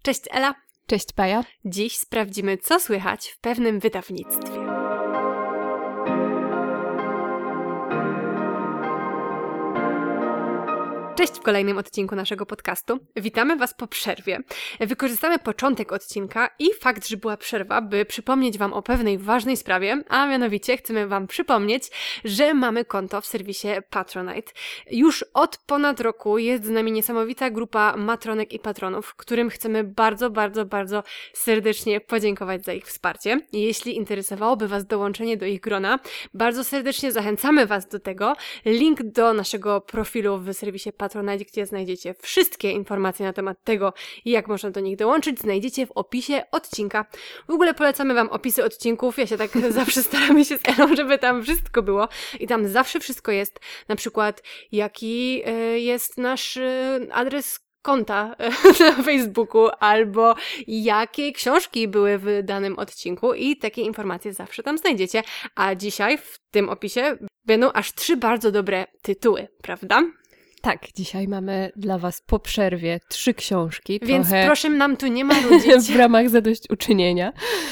Cześć Ela. Cześć Paja. Dziś sprawdzimy, co słychać w pewnym wydawnictwie. Cześć w kolejnym odcinku naszego podcastu. Witamy Was po przerwie. Wykorzystamy początek odcinka i fakt, że była przerwa, by przypomnieć Wam o pewnej ważnej sprawie, a mianowicie chcemy Wam przypomnieć, że mamy konto w serwisie Patronite. Już od ponad roku jest z nami niesamowita grupa matronek i patronów, którym chcemy bardzo serdecznie podziękować za ich wsparcie. Jeśli interesowałoby Was dołączenie do ich grona, bardzo serdecznie zachęcamy Was do tego. Link do naszego profilu w serwisie Patronite, gdzie znajdziecie wszystkie informacje na temat tego, jak można do nich dołączyć, znajdziecie w opisie odcinka. W ogóle polecamy Wam opisy odcinków. Ja się tak zawsze staramy się z Elą, żeby tam wszystko było i tam zawsze wszystko jest. Na przykład jaki jest nasz adres konta na Facebooku, albo jakie książki były w danym odcinku i takie informacje zawsze tam znajdziecie. A dzisiaj w tym opisie będą aż 3 bardzo dobre tytuły, prawda? Tak, dzisiaj mamy dla Was po przerwie 3 książki. Więc proszę nam tu nie marudzić. W ramach zadośćuczynienia.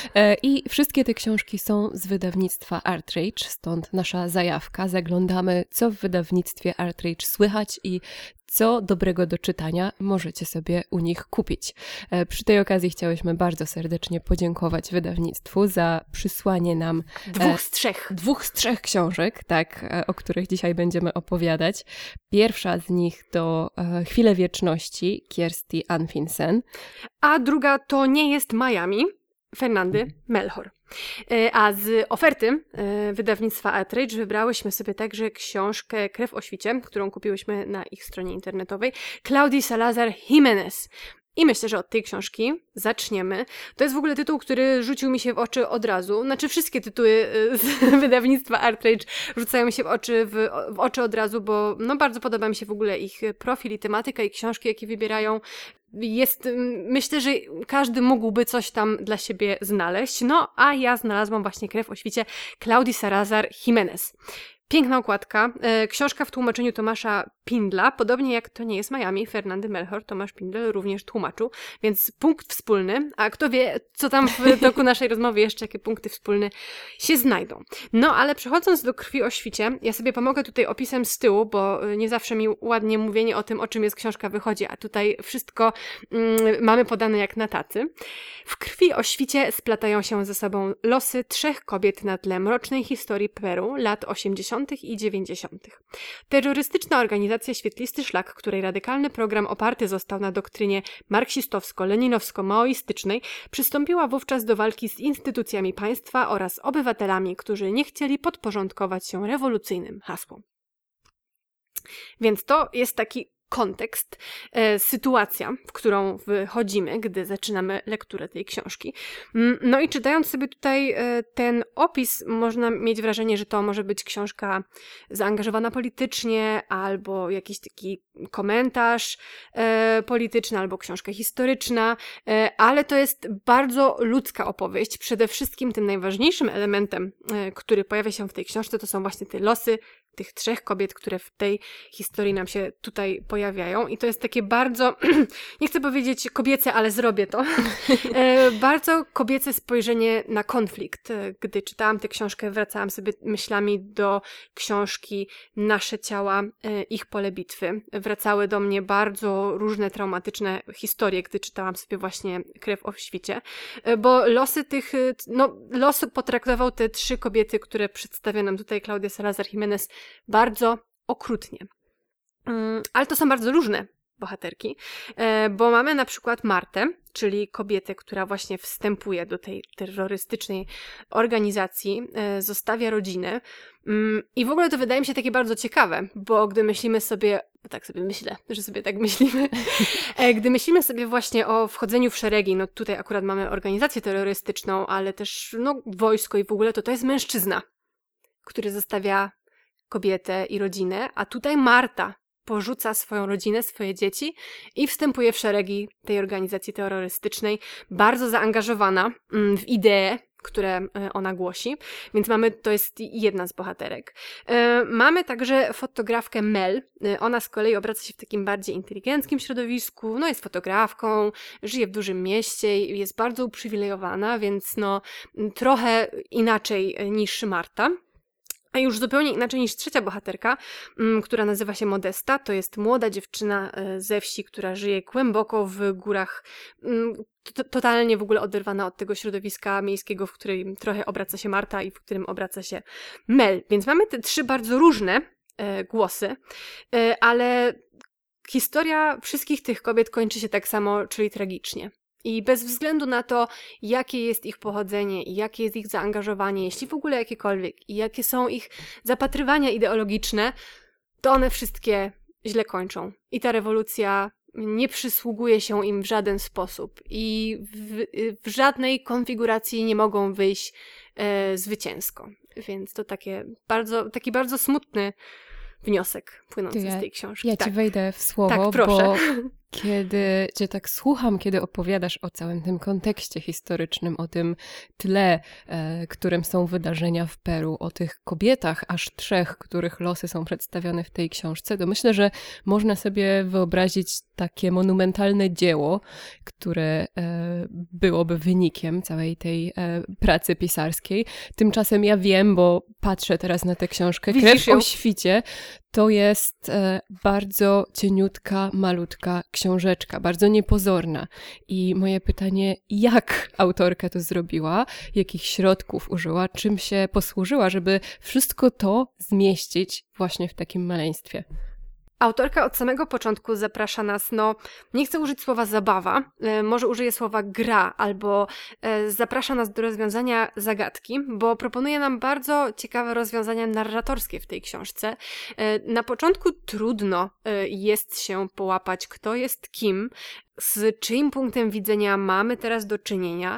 I wszystkie te książki są z wydawnictwa ArtRage, stąd nasza zajawka. Zaglądamy, co w wydawnictwie ArtRage słychać i co dobrego do czytania możecie sobie u nich kupić. Przy tej okazji chciałyśmy bardzo serdecznie podziękować wydawnictwu za przysłanie nam 2 z 3 książek, tak, o których dzisiaj będziemy opowiadać. Pierwsza z nich to Chwile wieczności Kirsty Anfinsen. A druga to Nie jest Miami Fernandy Melchor. A z oferty wydawnictwa ArtRage wybrałyśmy sobie także książkę Krew o świcie, którą kupiłyśmy na ich stronie internetowej, Claudii Salazar Jimenez. I myślę, że od tej książki zaczniemy. To jest w ogóle tytuł, który rzucił mi się w oczy od razu. Znaczy wszystkie tytuły z wydawnictwa ArtRage rzucają mi się w oczy od razu, bo bardzo podoba mi się w ogóle ich profil i tematyka i książki, jakie wybierają. Myślę, że każdy mógłby coś tam dla siebie znaleźć. No, a ja znalazłam właśnie Krew o świcie Claudii Salazar Jimenez. Piękna okładka. Książka w tłumaczeniu Tomasza Pindla, podobnie jak To nie jest Miami, Fernandy Melchor, Tomasz Pindl również tłumaczył, więc punkt wspólny, a kto wie, co tam w toku naszej rozmowy jeszcze, jakie punkty wspólne się znajdą. No, ale przechodząc do Krwi o świcie, ja sobie pomogę tutaj opisem z tyłu, bo nie zawsze mi ładnie mówienie o tym, o czym jest książka wychodzi, a tutaj wszystko mamy podane jak na tacy. W Krwi o świcie splatają się ze sobą losy 3 kobiet na tle mrocznej historii Peru lat 80. i 90. Terrorystyczna organizacja Świetlisty Szlak, której radykalny program oparty został na doktrynie marksistowsko-leninowsko-maoistycznej, przystąpiła wówczas do walki z instytucjami państwa oraz obywatelami, którzy nie chcieli podporządkować się rewolucyjnym hasłom. Więc to jest taki kontekst, sytuacja, w którą wchodzimy, gdy zaczynamy lekturę tej książki. No i czytając sobie tutaj ten opis, można mieć wrażenie, że to może być książka zaangażowana politycznie, albo jakiś taki komentarz polityczny, albo książka historyczna, ale to jest bardzo ludzka opowieść. Przede wszystkim tym najważniejszym elementem, który pojawia się w tej książce, to są właśnie te losy tych 3 kobiet, które w tej historii nam się tutaj pojawiają. I to jest takie bardzo, nie chcę powiedzieć kobiece, ale zrobię to, bardzo kobiece spojrzenie na konflikt. Gdy czytałam tę książkę, wracałam sobie myślami do książki Nasze ciała, ich pole bitwy. Wracały do mnie bardzo różne traumatyczne historie, gdy czytałam sobie właśnie Krew o świcie, bo los potraktował te 3 kobiety, które przedstawia nam tutaj Claudia Salazar Jimenez, bardzo okrutnie. Ale to są bardzo różne bohaterki, bo mamy na przykład Martę, czyli kobietę, która właśnie wstępuje do tej terrorystycznej organizacji, zostawia rodzinę. I w ogóle to wydaje mi się takie bardzo ciekawe, bo gdy myślimy sobie, tak sobie myślę, że sobie tak myślimy, gdy myślimy sobie właśnie o wchodzeniu w szeregi, no tutaj akurat mamy organizację terrorystyczną, ale też wojsko i w ogóle to jest mężczyzna, który zostawia kobietę i rodzinę, a tutaj Marta porzuca swoją rodzinę, swoje dzieci i wstępuje w szeregi tej organizacji terrorystycznej, bardzo zaangażowana w ideę, które ona głosi, więc to jest jedna z bohaterek. Mamy także fotografkę Mel. Ona z kolei obraca się w takim bardziej inteligenckim środowisku, jest fotografką, żyje w dużym mieście i jest bardzo uprzywilejowana, więc trochę inaczej niż Marta. A już zupełnie inaczej niż trzecia bohaterka, która nazywa się Modesta. To jest młoda dziewczyna ze wsi, która żyje głęboko w górach, totalnie w ogóle oderwana od tego środowiska miejskiego, w którym trochę obraca się Marta i w którym obraca się Mel. Więc mamy te trzy bardzo różne głosy, ale historia wszystkich tych kobiet kończy się tak samo, czyli tragicznie. I bez względu na to, jakie jest ich pochodzenie i jakie jest ich zaangażowanie, jeśli w ogóle jakiekolwiek, i jakie są ich zapatrywania ideologiczne, to one wszystkie źle kończą. I ta rewolucja nie przysługuje się im w żaden sposób. I w żadnej konfiguracji nie mogą wyjść zwycięsko. Więc to taki bardzo smutny wniosek płynący z tej książki. Ja ci wejdę w słowo, tak, proszę. Bo kiedy cię tak słucham, kiedy opowiadasz o całym tym kontekście historycznym, o tym tle, którym są wydarzenia w Peru, o tych kobietach, aż 3, których losy są przedstawione w tej książce, to myślę, że można sobie wyobrazić takie monumentalne dzieło, które byłoby wynikiem całej tej pracy pisarskiej. Tymczasem ja wiem, bo patrzę teraz na tę książkę, Krew o świcie, to jest bardzo cieniutka, malutka książeczka, bardzo niepozorna. I moje pytanie, jak autorka to zrobiła, jakich środków użyła, czym się posłużyła, żeby wszystko to zmieścić właśnie w takim maleństwie? Autorka od samego początku zaprasza nas, nie chcę użyć słowa zabawa, może użyję słowa gra, albo zaprasza nas do rozwiązania zagadki, bo proponuje nam bardzo ciekawe rozwiązania narratorskie w tej książce. Na początku trudno jest się połapać, kto jest kim, z czyim punktem widzenia mamy teraz do czynienia.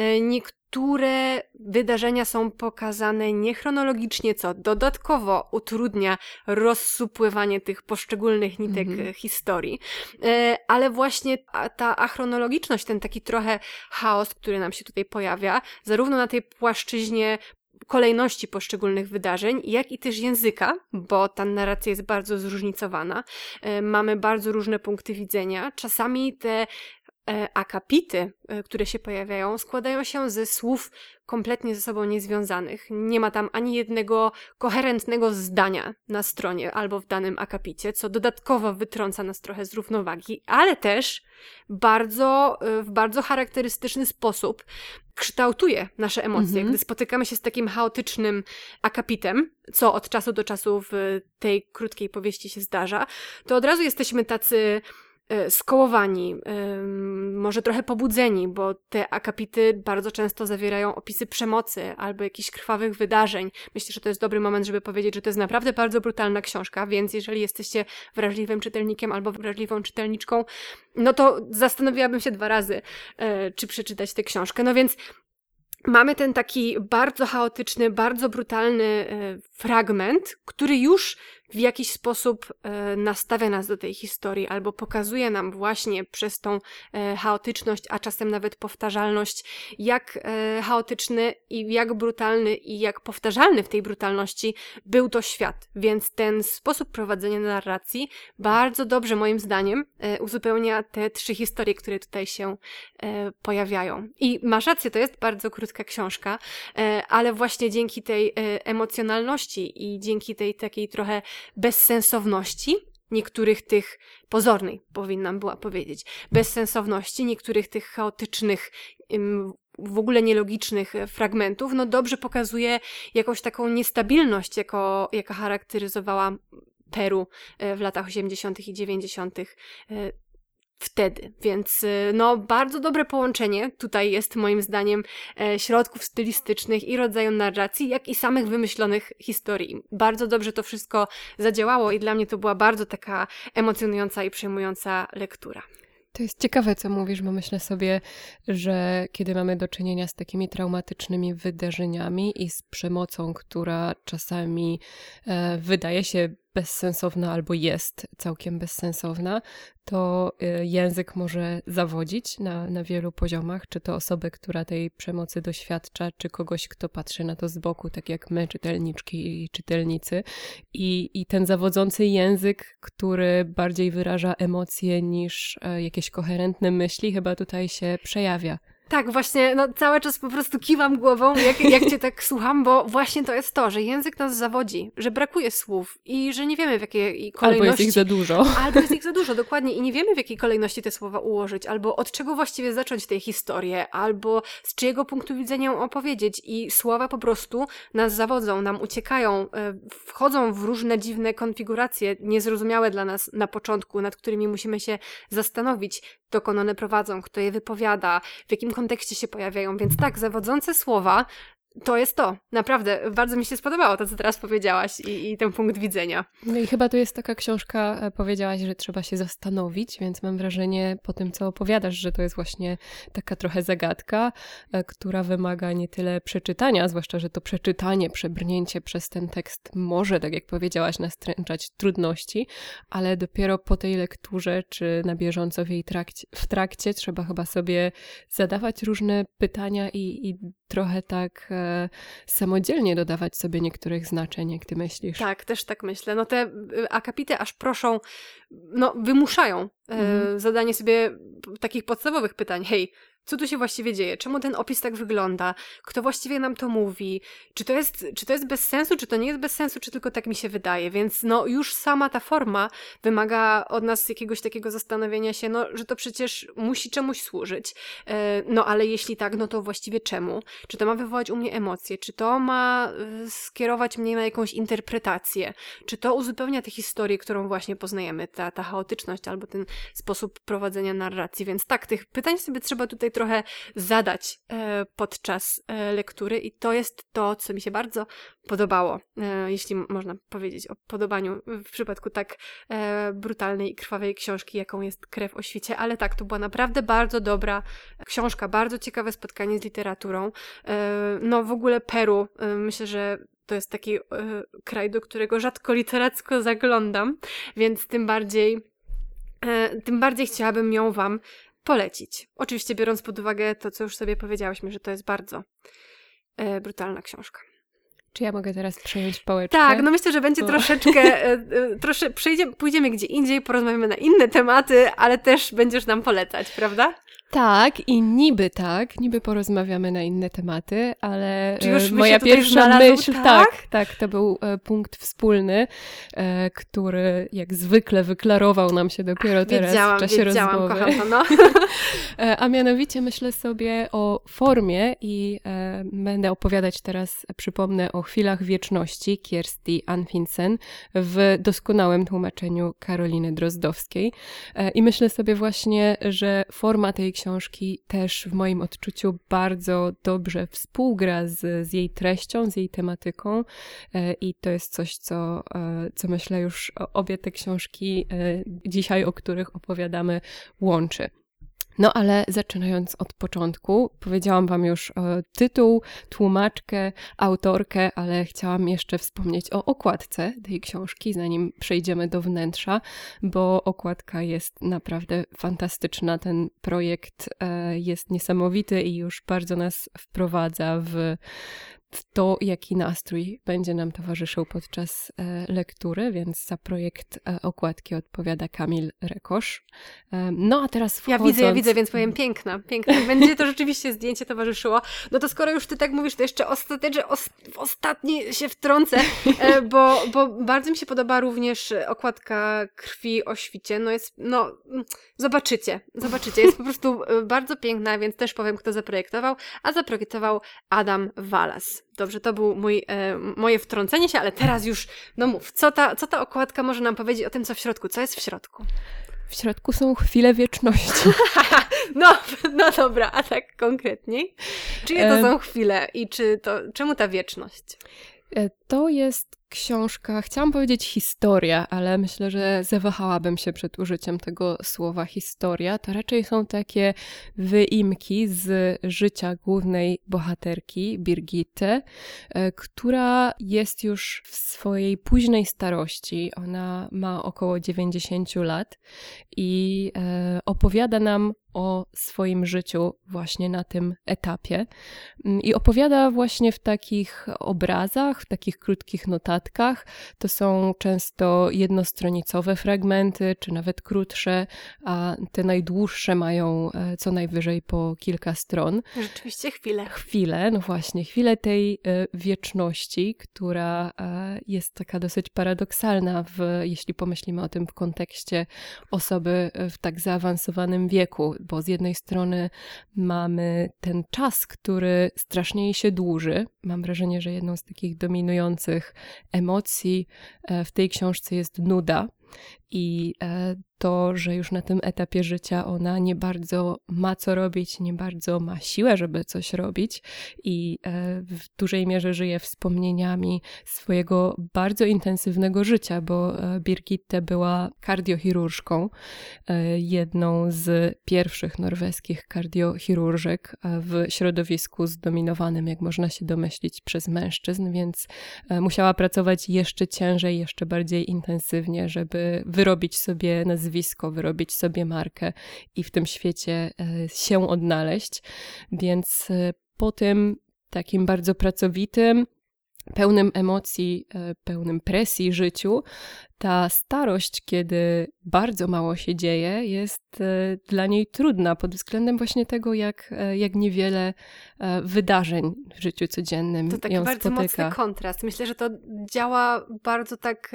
Niektóre wydarzenia są pokazane niechronologicznie, co dodatkowo utrudnia rozsupływanie tych poszczególnych nitek historii. Ale właśnie ta achronologiczność, ten taki trochę chaos, który nam się tutaj pojawia, zarówno na tej płaszczyźnie kolejności poszczególnych wydarzeń, jak i też języka, bo ta narracja jest bardzo zróżnicowana. Mamy bardzo różne punkty widzenia. Czasami te akapity, które się pojawiają, składają się ze słów kompletnie ze sobą niezwiązanych. Nie ma tam ani jednego koherentnego zdania na stronie albo w danym akapicie, co dodatkowo wytrąca nas trochę z równowagi, ale też w bardzo charakterystyczny sposób kształtuje nasze emocje. Gdy spotykamy się z takim chaotycznym akapitem, co od czasu do czasu w tej krótkiej powieści się zdarza, to od razu jesteśmy tacy skołowani, może trochę pobudzeni, bo te akapity bardzo często zawierają opisy przemocy albo jakichś krwawych wydarzeń. Myślę, że to jest dobry moment, żeby powiedzieć, że to jest naprawdę bardzo brutalna książka, więc jeżeli jesteście wrażliwym czytelnikiem albo wrażliwą czytelniczką, to zastanowiłabym się 2 razy, czy przeczytać tę książkę. Więc mamy ten taki bardzo chaotyczny, bardzo brutalny fragment, który już w jakiś sposób nastawia nas do tej historii albo pokazuje nam właśnie przez tą chaotyczność, a czasem nawet powtarzalność, jak chaotyczny i jak brutalny i jak powtarzalny w tej brutalności był to świat. Więc ten sposób prowadzenia narracji bardzo dobrze moim zdaniem uzupełnia te 3 historie, które tutaj się pojawiają. I masz rację, to jest bardzo krótka książka, ale właśnie dzięki tej emocjonalności i dzięki tej takiej trochę bezsensowności niektórych tych, pozornej powinnam była powiedzieć, bezsensowności niektórych tych chaotycznych, w ogóle nielogicznych fragmentów, dobrze pokazuje jakąś taką niestabilność, jaka charakteryzowała Peru w latach 80. i 90. Wtedy. Więc bardzo dobre połączenie tutaj jest moim zdaniem środków stylistycznych i rodzaju narracji, jak i samych wymyślonych historii. Bardzo dobrze to wszystko zadziałało i dla mnie to była bardzo taka emocjonująca i przejmująca lektura. To jest ciekawe, co mówisz, bo myślę sobie, że kiedy mamy do czynienia z takimi traumatycznymi wydarzeniami i z przemocą, która czasami wydaje się bezsensowna albo jest całkiem bezsensowna, to język może zawodzić na wielu poziomach, czy to osobę, która tej przemocy doświadcza, czy kogoś, kto patrzy na to z boku, tak jak my, czytelniczki i czytelnicy. I ten zawodzący język, który bardziej wyraża emocje niż jakieś koherentne myśli, chyba tutaj się przejawia. Tak, właśnie, no cały czas po prostu kiwam głową, jak cię tak słucham, bo właśnie to jest to, że język nas zawodzi, że brakuje słów i że nie wiemy w jakiej kolejności... Albo jest ich za dużo. Albo jest ich za dużo, dokładnie, i nie wiemy w jakiej kolejności te słowa ułożyć, albo od czego właściwie zacząć tę historię, albo z czyjego punktu widzenia ją opowiedzieć i słowa po prostu nas zawodzą, nam uciekają, wchodzą w różne dziwne konfiguracje, niezrozumiałe dla nas na początku, nad którymi musimy się zastanowić, dokąd one prowadzą, kto je wypowiada, w jakim kontekście się pojawiają, więc tak, zawodzące słowa to jest to. Naprawdę, bardzo mi się spodobało to, co teraz powiedziałaś i ten punkt widzenia. No i chyba to jest taka książka, powiedziałaś, że trzeba się zastanowić, więc mam wrażenie po tym, co opowiadasz, że to jest właśnie taka trochę zagadka, która wymaga nie tyle przeczytania, zwłaszcza, że to przeczytanie, przebrnięcie przez ten tekst może, tak jak powiedziałaś, nastręczać trudności, ale dopiero po tej lekturze, czy na bieżąco w trakcie trzeba chyba sobie zadawać różne pytania i trochę tak samodzielnie dodawać sobie niektórych znaczeń, jak ty myślisz. Tak, też tak myślę. No te akapity aż proszą, no wymuszają zadanie sobie takich podstawowych pytań. Hej, co tu się właściwie dzieje? Czemu ten opis tak wygląda? Kto właściwie nam to mówi? Czy to jest bez sensu? Czy to nie jest bez sensu? Czy tylko tak mi się wydaje? Więc no już sama ta forma wymaga od nas jakiegoś takiego zastanowienia się, no, że to przecież musi czemuś służyć. No ale jeśli tak, no to właściwie czemu? Czy to ma wywołać u mnie emocje? Czy to ma skierować mnie na jakąś interpretację? Czy to uzupełnia tę historię, którą właśnie poznajemy? Ta chaotyczność albo ten sposób prowadzenia narracji. Więc tak, tych pytań sobie trzeba tutaj trochę zadać podczas lektury i to jest to, co mi się bardzo podobało, jeśli można powiedzieć o podobaniu w przypadku tak brutalnej i krwawej książki, jaką jest Krew o świcie, ale tak, to była naprawdę bardzo dobra książka, bardzo ciekawe spotkanie z literaturą. No w ogóle Peru, myślę, że to jest taki kraj, do którego rzadko literacko zaglądam, więc tym bardziej chciałabym ją wam polecić. Oczywiście biorąc pod uwagę to, co już sobie powiedziałyśmy, że to jest bardzo brutalna książka. Czy ja mogę teraz przejąć pałeczkę? Tak, no myślę, że będzie troszeczkę, pójdziemy gdzie indziej, porozmawiamy na inne tematy, ale też będziesz nam polecać, prawda? Tak, i niby porozmawiamy na inne tematy, ale moja pierwsza myśl, tak, to był punkt wspólny, który jak zwykle wyklarował nam się dopiero teraz w czasie rozmowy. Kocham to, no. A mianowicie myślę sobie o formie i będę opowiadać teraz, przypomnę, o Chwilach wieczności Kirsty Anfinsen w doskonałym tłumaczeniu Karoliny Drozdowskiej. I myślę sobie właśnie, że forma tej książki też w moim odczuciu bardzo dobrze współgra z jej treścią, z jej tematyką i to jest coś, co myślę już obie te książki dzisiaj, o których opowiadamy, łączy. No ale zaczynając od początku, powiedziałam wam już tytuł, tłumaczkę, autorkę, ale chciałam jeszcze wspomnieć o okładce tej książki, zanim przejdziemy do wnętrza, bo okładka jest naprawdę fantastyczna. Ten projekt jest niesamowity i już bardzo nas wprowadza w to, jaki nastrój będzie nam towarzyszył podczas lektury, więc za projekt okładki odpowiada Kamil Rekosz. No a teraz wchodząc... Ja widzę, więc powiem piękna. Będzie to rzeczywiście zdjęcie towarzyszyło. No to skoro już ty tak mówisz, to jeszcze ostatni się wtrącę, bo bardzo mi się podoba również okładka Krwi o świcie. Zobaczycie. Jest po prostu bardzo piękna, więc też powiem, kto zaprojektował, a zaprojektował Adam Walas. Dobrze, to był moje wtrącenie się, ale teraz już, no mów, co ta okładka może nam powiedzieć o tym, co w środku? Co jest w środku? W środku są chwile wieczności. No dobra, a tak konkretniej? Czyje to są chwile i czemu ta wieczność? To jest książka, chciałam powiedzieć historia, ale myślę, że zawahałabym się przed użyciem tego słowa historia. To raczej są takie wyimki z życia głównej bohaterki, Birgitte, która jest już w swojej późnej starości. Ona ma około 90 lat i opowiada nam o swoim życiu właśnie na tym etapie. I opowiada właśnie w takich obrazach, w takich krótkich notatkach. To są często jednostronicowe fragmenty, czy nawet krótsze, a te najdłuższe mają co najwyżej po kilka stron. Rzeczywiście chwilę. Chwilę, no właśnie, chwilę tej wieczności, która jest taka dosyć paradoksalna, jeśli pomyślimy o tym w kontekście osoby w tak zaawansowanym wieku, bo z jednej strony mamy ten czas, który strasznie jej się dłuży. Mam wrażenie, że jedną z takich dominujących emocji w tej książce jest nuda. I to, że już na tym etapie życia ona nie bardzo ma co robić, nie bardzo ma siłę, żeby coś robić i w dużej mierze żyje wspomnieniami swojego bardzo intensywnego życia, bo Birgitte była kardiochirurżką, jedną z pierwszych norweskich kardiochirurżek w środowisku zdominowanym, jak można się domyślić, przez mężczyzn, więc musiała pracować jeszcze ciężej, jeszcze bardziej intensywnie, żeby wyrobić sobie nazwisko, wyrobić sobie markę i w tym świecie się odnaleźć. Więc po tym takim bardzo pracowitym, pełnym emocji, pełnym presji życiu, ta starość, kiedy bardzo mało się dzieje, jest dla niej trudna pod względem właśnie tego, jak niewiele wydarzeń w życiu codziennym to taki ją bardzo spotyka. mocny kontrast. Myślę, że to działa bardzo tak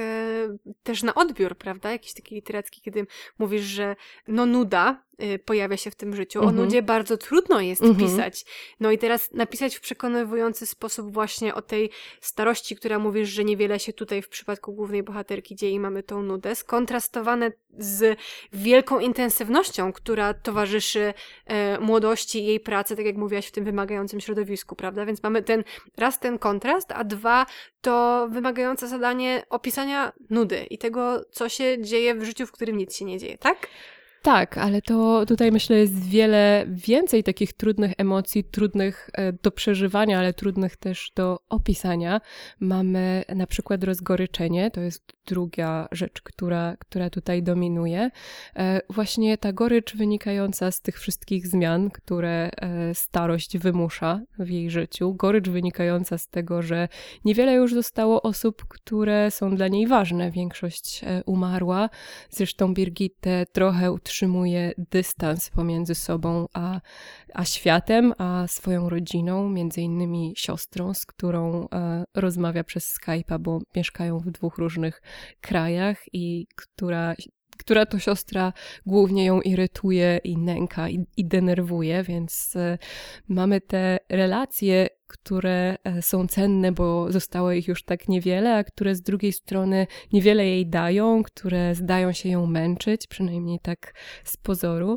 też na odbiór, prawda? Jakiś taki literacki, kiedy mówisz, że no nuda pojawia się w tym życiu. O nudzie bardzo trudno jest pisać. No i teraz napisać w przekonywujący sposób właśnie o tej starości, która mówisz, że niewiele się tutaj w przypadku głównej bohaterki dzieje i mamy tą nudę, skontrastowane z wielką intensywnością, która towarzyszy młodości i jej pracy, tak jak mówiłaś, w tym wymagającym środowisku, prawda? Więc mamy ten kontrast, a dwa to wymagające zadanie opisania nudy i tego, co się dzieje w życiu, w którym nic się nie dzieje, tak? Tak, ale to tutaj myślę jest wiele więcej takich trudnych emocji, trudnych do przeżywania, ale trudnych też do opisania. Mamy na przykład rozgoryczenie, to jest druga rzecz, która tutaj dominuje. Właśnie ta gorycz wynikająca z tych wszystkich zmian, które starość wymusza w jej życiu. Gorycz wynikająca z tego, że niewiele już zostało osób, które są dla niej ważne. Większość umarła. Zresztą Birgitte trochę utrzymuje dystans pomiędzy sobą a światem, a swoją rodziną, między innymi siostrą, z którą rozmawia przez Skype'a, bo mieszkają w dwóch różnych krajach i która to siostra głównie ją irytuje i nęka i denerwuje, więc mamy te relacje, które są cenne, bo zostało ich już tak niewiele, a które z drugiej strony niewiele jej dają, które zdają się ją męczyć, przynajmniej tak z pozoru.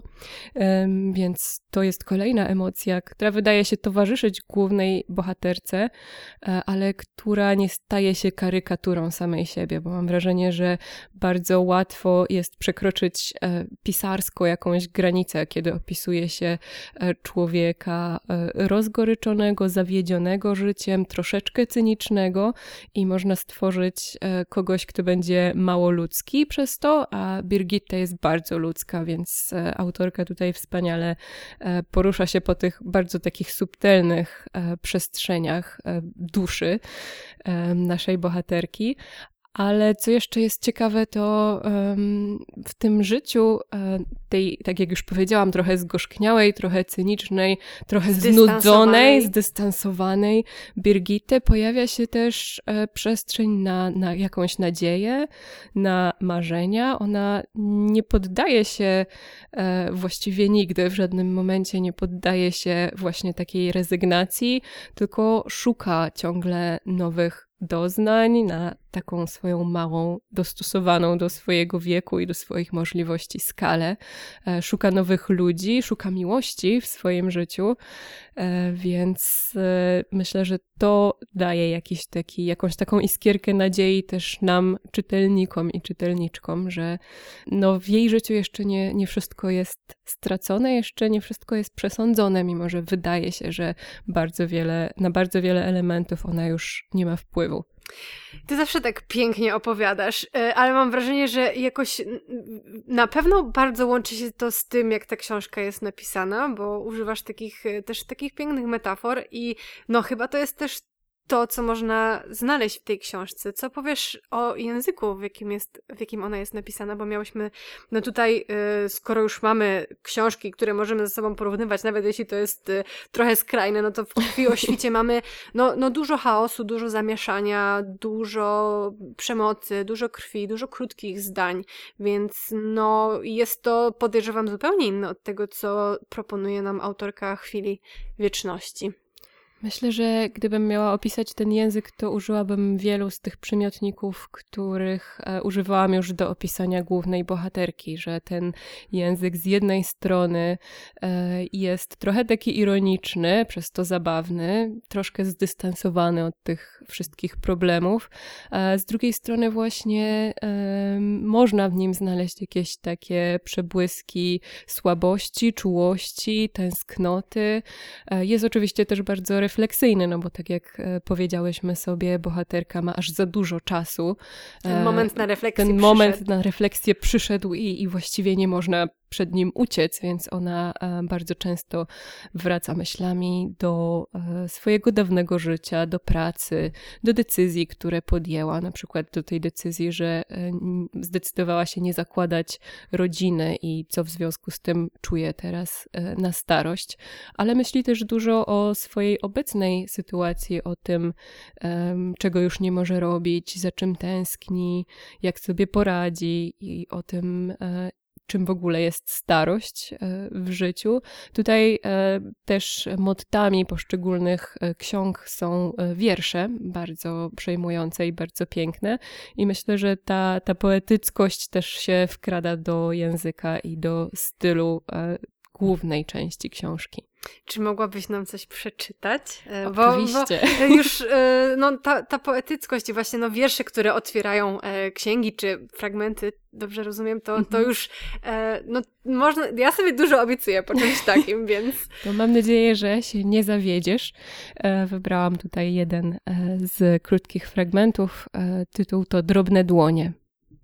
Więc to jest kolejna emocja, która wydaje się towarzyszyć głównej bohaterce, ale która nie staje się karykaturą samej siebie, bo mam wrażenie, że bardzo łatwo jest przekroczyć pisarsko jakąś granicę, kiedy opisuje się człowieka rozgoryczonego, zawiedzionego życiem, troszeczkę cynicznego i można stworzyć kogoś, kto będzie mało ludzki przez to, a Birgitte jest bardzo ludzka, więc autorka tutaj wspaniale porusza się po tych bardzo takich subtelnych przestrzeniach duszy naszej bohaterki. Ale co jeszcze jest ciekawe, to w tym życiu tej, tak jak już powiedziałam, trochę zgorzkniałej, trochę cynicznej, trochę znudzonej, zdystansowanej Birgitte pojawia się też przestrzeń na jakąś nadzieję, na marzenia. Ona nie poddaje się właściwie nigdy, w żadnym momencie nie poddaje się właśnie takiej rezygnacji, tylko szuka ciągle nowych doznań, na taką swoją małą, dostosowaną do swojego wieku i do swoich możliwości skalę. Szuka nowych ludzi, szuka miłości w swoim życiu, więc myślę, że to daje jakąś taką iskierkę nadziei też nam, czytelnikom i czytelniczkom, że w jej życiu jeszcze nie wszystko jest stracone, jeszcze nie wszystko jest przesądzone, mimo że wydaje się, że na bardzo wiele elementów ona już nie ma wpływu. Ty zawsze tak pięknie opowiadasz, ale mam wrażenie, że jakoś na pewno bardzo łączy się to z tym, jak ta książka jest napisana, bo używasz takich pięknych metafor i chyba to jest też to, co można znaleźć w tej książce. Co powiesz o języku, w jakim ona jest napisana, bo miałyśmy, tutaj, skoro już mamy książki, które możemy ze sobą porównywać, nawet jeśli to jest trochę skrajne, to w Krwi o świcie mamy dużo chaosu, dużo zamieszania, dużo przemocy, dużo krwi, dużo krótkich zdań, więc jest to, podejrzewam, zupełnie inne od tego, co proponuje nam autorka Chwili Wieczności. Myślę, że gdybym miała opisać ten język, to użyłabym wielu z tych przymiotników, których używałam już do opisania głównej bohaterki, że ten język z jednej strony jest trochę taki ironiczny, przez to zabawny, troszkę zdystansowany od tych wszystkich problemów, a z drugiej strony właśnie można w nim znaleźć jakieś takie przebłyski słabości, czułości, tęsknoty. Jest oczywiście też bardzo refleksyjny, bo tak jak powiedziałyśmy sobie, bohaterka ma aż za dużo czasu. Ten moment na refleksję Ten moment na refleksję przyszedł i właściwie nie można przed nim uciec, więc ona bardzo często wraca myślami do swojego dawnego życia, do pracy, do decyzji, które podjęła, na przykład do tej decyzji, że zdecydowała się nie zakładać rodziny i co w związku z tym czuje teraz na starość, ale myśli też dużo o swojej obecnej sytuacji, o tym, czego już nie może robić, za czym tęskni, jak sobie poradzi i o tym, czym w ogóle jest starość w życiu. Tutaj też mottami poszczególnych ksiąg są wiersze, bardzo przejmujące i bardzo piękne. I myślę, że ta poetyckość też się wkrada do języka i do stylu głównej części książki. Czy mogłabyś nam coś przeczytać? Oczywiście. Bo już ta poetyckość i właśnie wiersze, które otwierają księgi, czy fragmenty, dobrze rozumiem, to już można, ja sobie dużo obiecuję po czymś takim, więc... To mam nadzieję, że się nie zawiedziesz. Wybrałam tutaj jeden z krótkich fragmentów. Tytuł to Drobne dłonie.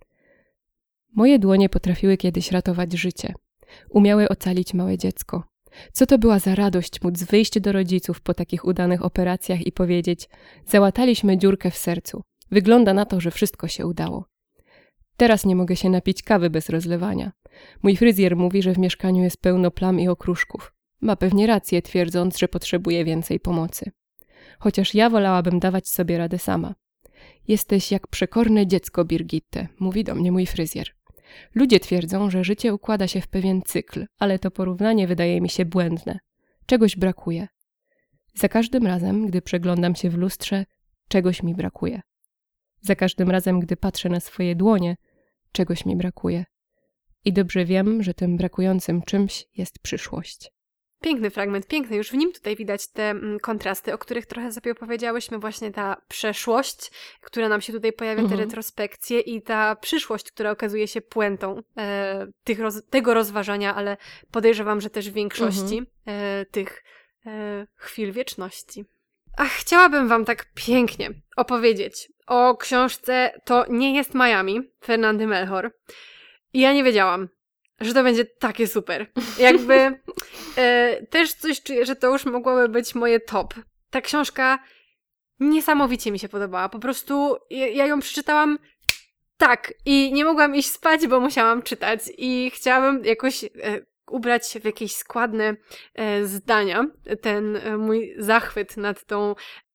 Moje dłonie potrafiły kiedyś ratować życie. Umiały ocalić małe dziecko. Co to była za radość móc wyjść do rodziców po takich udanych operacjach i powiedzieć: załataliśmy dziurkę w sercu. Wygląda na to, że wszystko się udało. Teraz nie mogę się napić kawy bez rozlewania. Mój fryzjer mówi, że w mieszkaniu jest pełno plam i okruszków. Ma pewnie rację, twierdząc, że potrzebuje więcej pomocy. Chociaż ja wolałabym dawać sobie radę sama. Jesteś jak przekorne dziecko, Birgitte, mówi do mnie mój fryzjer. Ludzie twierdzą, że życie układa się w pewien cykl, ale to porównanie wydaje mi się błędne. Czegoś brakuje. Za każdym razem, gdy przeglądam się w lustrze, czegoś mi brakuje. Za każdym razem, gdy patrzę na swoje dłonie, czegoś mi brakuje. I dobrze wiem, że tym brakującym czymś jest przyszłość. Piękny fragment, piękny. Już w nim tutaj widać te kontrasty, o których trochę sobie opowiedziałyśmy. Właśnie ta przeszłość, która nam się tutaj pojawia, te retrospekcje i ta przyszłość, która okazuje się puentą tego rozważania, ale podejrzewam, że też w większości tych chwil wieczności. Chciałabym wam tak pięknie opowiedzieć o książce To nie jest Miami, Fernandy Melchor. I ja nie wiedziałam, że to będzie takie super. Jakby też coś czuję, że to już mogłoby być moje top. Ta książka niesamowicie mi się podobała. Po prostu ja ją przeczytałam tak i nie mogłam iść spać, bo musiałam czytać. I chciałabym jakoś ubrać w jakieś składne zdania ten mój zachwyt nad tą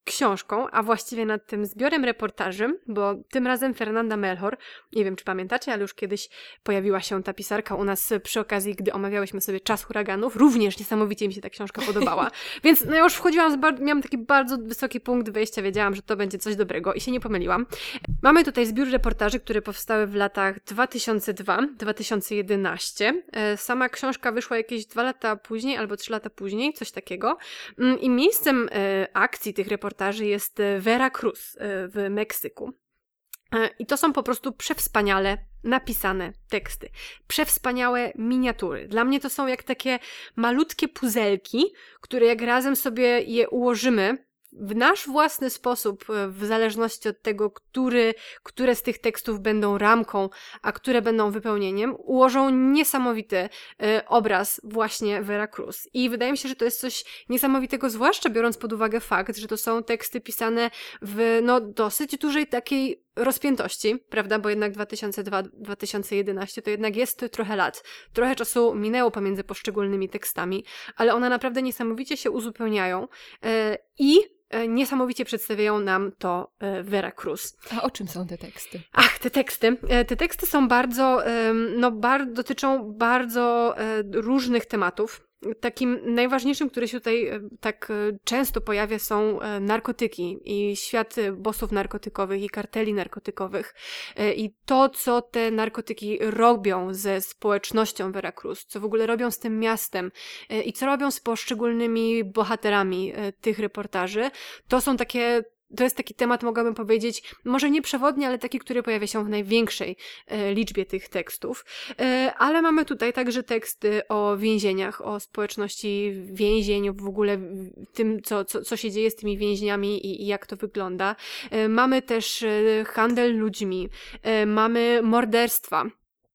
książką, a właściwie nad tym zbiorem reportaży, bo tym razem Fernanda Melchor, nie wiem czy pamiętacie, ale już kiedyś pojawiła się ta pisarka u nas przy okazji, gdy omawiałyśmy sobie Czas huraganów. Również niesamowicie mi się ta książka podobała. Więc no ja już wchodziłam, miałam taki bardzo wysoki punkt wyjścia, wiedziałam, że to będzie coś dobrego i się nie pomyliłam. Mamy tutaj zbiór reportaży, które powstały w latach 2002-2011. Sama książka wyszła jakieś 2 lata później albo 3 lata później, coś takiego. I miejscem akcji tych reportaży jest Veracruz w Meksyku. I to są po prostu przewspaniale napisane teksty. Przewspaniałe miniatury. Dla mnie to są jak takie malutkie puzelki, które jak razem sobie je ułożymy w nasz własny sposób, w zależności od tego, które z tych tekstów będą ramką, a które będą wypełnieniem, ułożą niesamowity obraz właśnie Veracruz. I wydaje mi się, że to jest coś niesamowitego, zwłaszcza biorąc pod uwagę fakt, że to są teksty pisane w dosyć dużej takiej rozpiętości, prawda, bo jednak 2002-2011 to jednak jest trochę lat. Trochę czasu minęło pomiędzy poszczególnymi tekstami, ale one naprawdę niesamowicie się uzupełniają i niesamowicie przedstawiają nam to Veracruz. A o czym są te teksty? Ach, te teksty. Te teksty są dotyczą bardzo różnych tematów. Takim najważniejszym, który się tutaj tak często pojawia, są narkotyki i świat bossów narkotykowych i karteli narkotykowych i to, co te narkotyki robią ze społecznością Veracruz, co w ogóle robią z tym miastem i co robią z poszczególnymi bohaterami tych reportaży. To jest taki temat, mogłabym powiedzieć, może nie przewodni, ale taki, który pojawia się w największej liczbie tych tekstów. Ale mamy tutaj także teksty o więzieniach, o społeczności więzień, w ogóle tym, co się dzieje z tymi więźniami i jak to wygląda. Mamy też handel ludźmi, mamy morderstwa.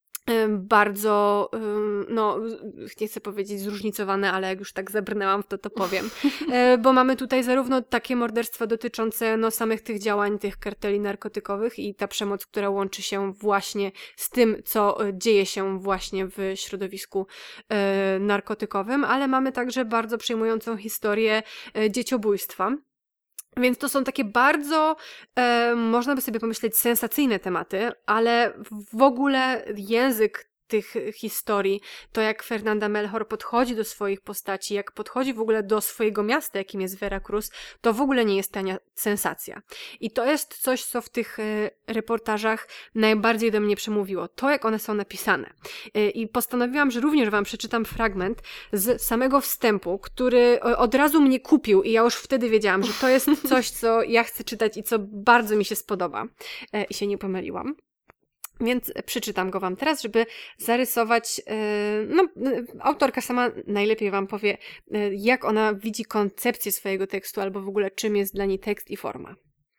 Bardzo, nie chcę powiedzieć zróżnicowane, ale jak już tak zabrnęłam w to powiem. Bo mamy tutaj zarówno takie morderstwa dotyczące samych tych działań, tych karteli narkotykowych i ta przemoc, która łączy się właśnie z tym, co dzieje się właśnie w środowisku narkotykowym, ale mamy także bardzo przejmującą historię dzieciobójstwa. Więc to są takie bardzo, można by sobie pomyśleć, sensacyjne tematy, ale w ogóle język tych historii, to jak Fernanda Melchor podchodzi do swoich postaci, jak podchodzi w ogóle do swojego miasta, jakim jest Veracruz, to w ogóle nie jest tania sensacja. I to jest coś, co w tych reportażach najbardziej do mnie przemówiło. To, jak one są napisane. I postanowiłam, że również wam przeczytam fragment z samego wstępu, który od razu mnie kupił i ja już wtedy wiedziałam, że to jest coś, co ja chcę czytać i co bardzo mi się spodoba. I się nie pomyliłam. Więc przeczytam go wam teraz, żeby zarysować, autorka sama najlepiej wam powie, jak ona widzi koncepcję swojego tekstu, albo w ogóle czym jest dla niej tekst i forma.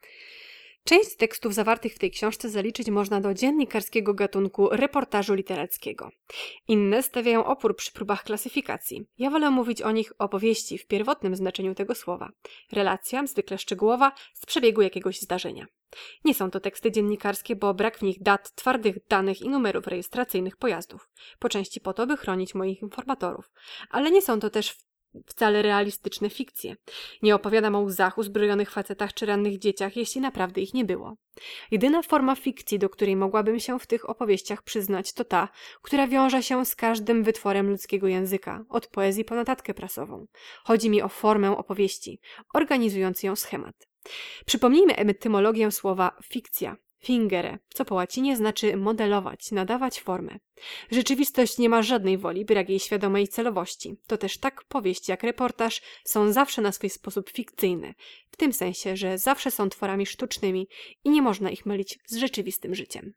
Część tekstów zawartych w tej książce zaliczyć można do dziennikarskiego gatunku reportażu literackiego. Inne stawiają opór przy próbach klasyfikacji. Ja wolę mówić o nich opowieści w pierwotnym znaczeniu tego słowa. Relacja, zwykle szczegółowa, z przebiegu jakiegoś zdarzenia. Nie są to teksty dziennikarskie, bo brak w nich dat, twardych danych i numerów rejestracyjnych pojazdów. Po części po to, by chronić moich informatorów. Ale nie są to też wcale realistyczne fikcje. Nie opowiadam o łzach, uzbrojonych facetach czy rannych dzieciach, jeśli naprawdę ich nie było. Jedyna forma fikcji, do której mogłabym się w tych opowieściach przyznać, to ta, która wiąże się z każdym wytworem ludzkiego języka, od poezji po notatkę prasową. Chodzi mi o formę opowieści, organizujący ją schemat. Przypomnijmy etymologię słowa fikcja. Fingere, co po łacinie znaczy modelować, nadawać formę. Rzeczywistość nie ma żadnej woli, brak jej świadomej celowości. To też tak powieść jak reportaż są zawsze na swój sposób fikcyjne, w tym sensie, że zawsze są tworami sztucznymi i nie można ich mylić z rzeczywistym życiem.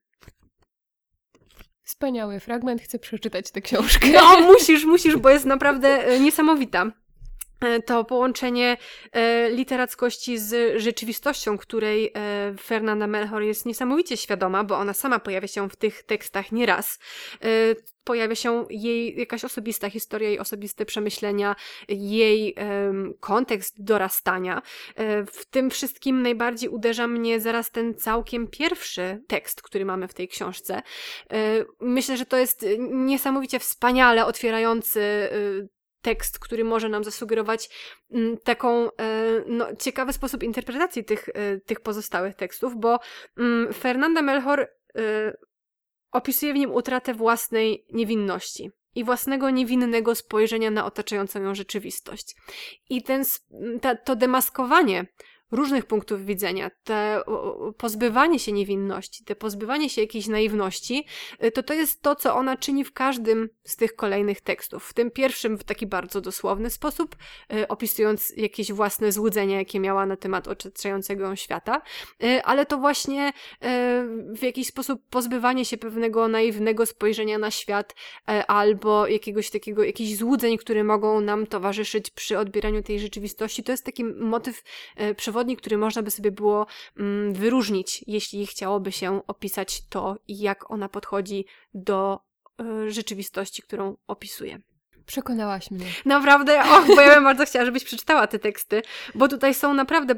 Wspaniały fragment, chcę przeczytać tę książkę. No, musisz, bo jest naprawdę niesamowita. To połączenie literackości z rzeczywistością, której Fernanda Melchor jest niesamowicie świadoma, bo ona sama pojawia się w tych tekstach nieraz. Pojawia się jej jakaś osobista historia, jej osobiste przemyślenia, jej kontekst dorastania. W tym wszystkim najbardziej uderza mnie zaraz ten całkiem pierwszy tekst, który mamy w tej książce. Myślę, że to jest niesamowicie wspaniale otwierający tekst, który może nam zasugerować taką ciekawy sposób interpretacji tych pozostałych tekstów, bo Fernanda Melchor opisuje w nim utratę własnej niewinności i własnego niewinnego spojrzenia na otaczającą ją rzeczywistość. I to demaskowanie różnych punktów widzenia, pozbywanie się niewinności, pozbywanie się jakiejś naiwności, to jest to, co ona czyni w każdym z tych kolejnych tekstów. W tym pierwszym w taki bardzo dosłowny sposób, opisując jakieś własne złudzenia, jakie miała na temat otaczającego ją świata, ale to właśnie w jakiś sposób pozbywanie się pewnego naiwnego spojrzenia na świat albo jakichś złudzeń, które mogą nam towarzyszyć przy odbieraniu tej rzeczywistości. To jest taki motyw przewodni, który można by sobie było wyróżnić, jeśli chciałoby się opisać to, jak ona podchodzi do rzeczywistości, którą opisuje. Przekonałaś mnie. Naprawdę, bo ja bym bardzo chciała, żebyś przeczytała te teksty, bo tutaj są naprawdę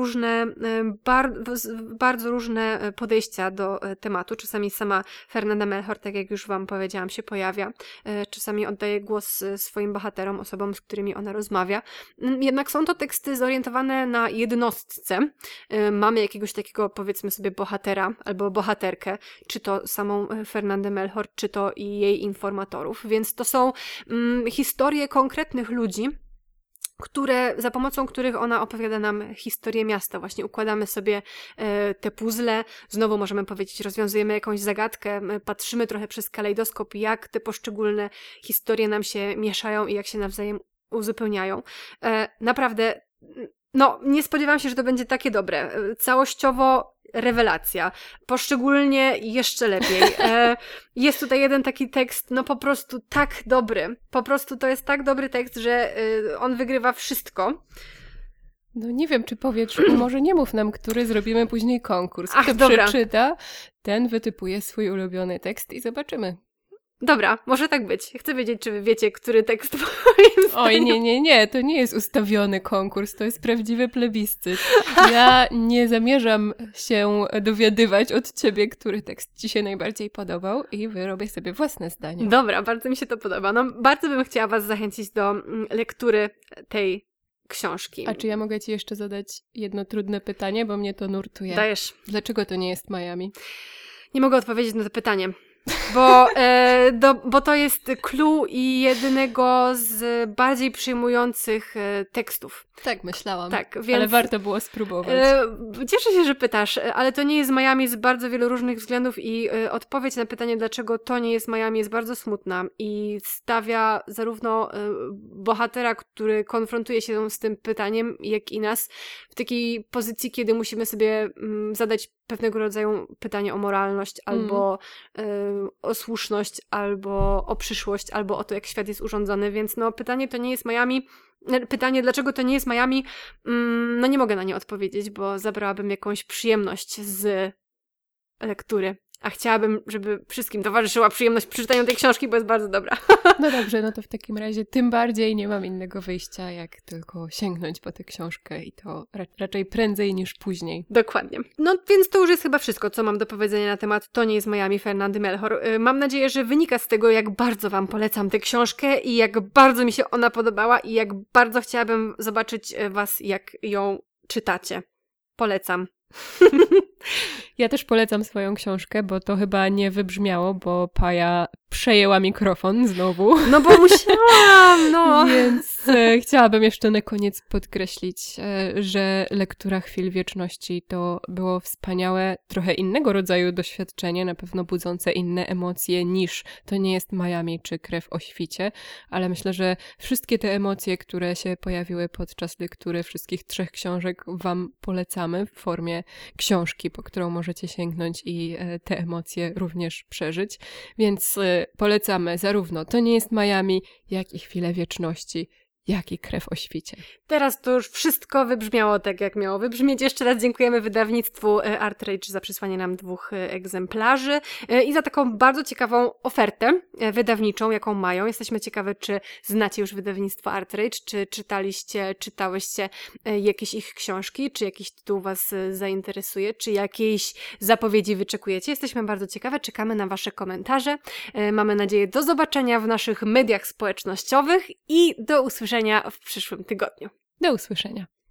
bardzo różne podejścia do tematu. Czasami sama Fernanda Melchor, tak jak już wam powiedziałam, się pojawia. Czasami oddaje głos swoim bohaterom, osobom, z którymi ona rozmawia. Jednak są to teksty zorientowane na jednostce. Mamy jakiegoś takiego, powiedzmy sobie, bohatera albo bohaterkę, czy to samą Fernandę Melchor, czy to i jej informatorów. Więc to są historie konkretnych ludzi, za pomocą których ona opowiada nam historię miasta. Właśnie układamy sobie te puzzle, znowu możemy powiedzieć, rozwiązujemy jakąś zagadkę, patrzymy trochę przez kalejdoskop, jak te poszczególne historie nam się mieszają i jak się nawzajem uzupełniają. Naprawdę, nie spodziewałam się, że to będzie takie dobre. Całościowo rewelacja. Poszczególnie jeszcze lepiej. Jest tutaj jeden taki tekst, po prostu tak dobry. Po prostu to jest tak dobry tekst, że on wygrywa wszystko. Nie wiem, czy powiesz, może nie mów nam, który zrobimy później konkurs. Kto dobra. przeczyta, ten wytypuje swój ulubiony tekst i zobaczymy. Dobra, może tak być. Chcę wiedzieć, czy wy wiecie, który tekst powiem. Oj, nie, to nie jest ustawiony konkurs, to jest prawdziwy plebiscyt. Ja nie zamierzam się dowiadywać od ciebie, który tekst ci się najbardziej podobał i wyrobię sobie własne zdanie. Dobra, bardzo mi się to podoba. Bardzo bym chciała was zachęcić do lektury tej książki. A czy ja mogę ci jeszcze zadać jedno trudne pytanie, bo mnie to nurtuje. Dajesz. Dlaczego to nie jest Miami? Nie mogę odpowiedzieć na to pytanie. Bo to jest clue i jednego z bardziej przyjmujących tekstów. Tak, myślałam. Tak, więc, ale warto było spróbować. Cieszę się, że pytasz, ale to nie jest Miami z bardzo wielu różnych względów i odpowiedź na pytanie, dlaczego to nie jest Miami, jest bardzo smutna i stawia zarówno bohatera, który konfrontuje się z tym pytaniem, jak i nas w takiej pozycji, kiedy musimy sobie zadać pewnego rodzaju pytanie o moralność, albo o słuszność, albo o przyszłość, albo o to, jak świat jest urządzony, więc pytanie to nie jest Miami. Pytanie, dlaczego to nie jest Miami, nie mogę na nie odpowiedzieć, bo zabrałabym jakąś przyjemność z lektury. A chciałabym, żeby wszystkim towarzyszyła przyjemność przeczytania tej książki, bo jest bardzo dobra. No dobrze, to w takim razie tym bardziej nie mam innego wyjścia, jak tylko sięgnąć po tę książkę i to raczej prędzej niż później. Dokładnie. Więc to już jest chyba wszystko, co mam do powiedzenia na temat To nie jest Miami Fernandy Melchor. Mam nadzieję, że wynika z tego, jak bardzo wam polecam tę książkę i jak bardzo mi się ona podobała i jak bardzo chciałabym zobaczyć was, jak ją czytacie. Polecam. Ja też polecam swoją książkę, bo to chyba nie wybrzmiało, bo Paja przejęła mikrofon znowu. Bo musiałam, Więc chciałabym jeszcze na koniec podkreślić, że lektura Chwil Wieczności to było wspaniałe, trochę innego rodzaju doświadczenie, na pewno budzące inne emocje niż To nie jest Miami czy Krew o świcie, ale myślę, że wszystkie te emocje, które się pojawiły podczas lektury wszystkich 3 książek wam polecamy w formie książki, po którą możecie sięgnąć i te emocje również przeżyć. Więc polecamy zarówno To nie jest Miami, jak i Chwile Wieczności. jak i Krew o świcie. Teraz to już wszystko wybrzmiało tak, jak miało wybrzmieć. Jeszcze raz dziękujemy wydawnictwu ArtRage za przysłanie nam 2 egzemplarzy i za taką bardzo ciekawą ofertę wydawniczą, jaką mają. Jesteśmy ciekawe, czy znacie już wydawnictwo ArtRage, czy czytałyście jakieś ich książki, czy jakiś tytuł was zainteresuje, czy jakiejś zapowiedzi wyczekujecie. Jesteśmy bardzo ciekawe, czekamy na wasze komentarze. Mamy nadzieję do zobaczenia w naszych mediach społecznościowych i do usłyszenia w przyszłym tygodniu. Do usłyszenia.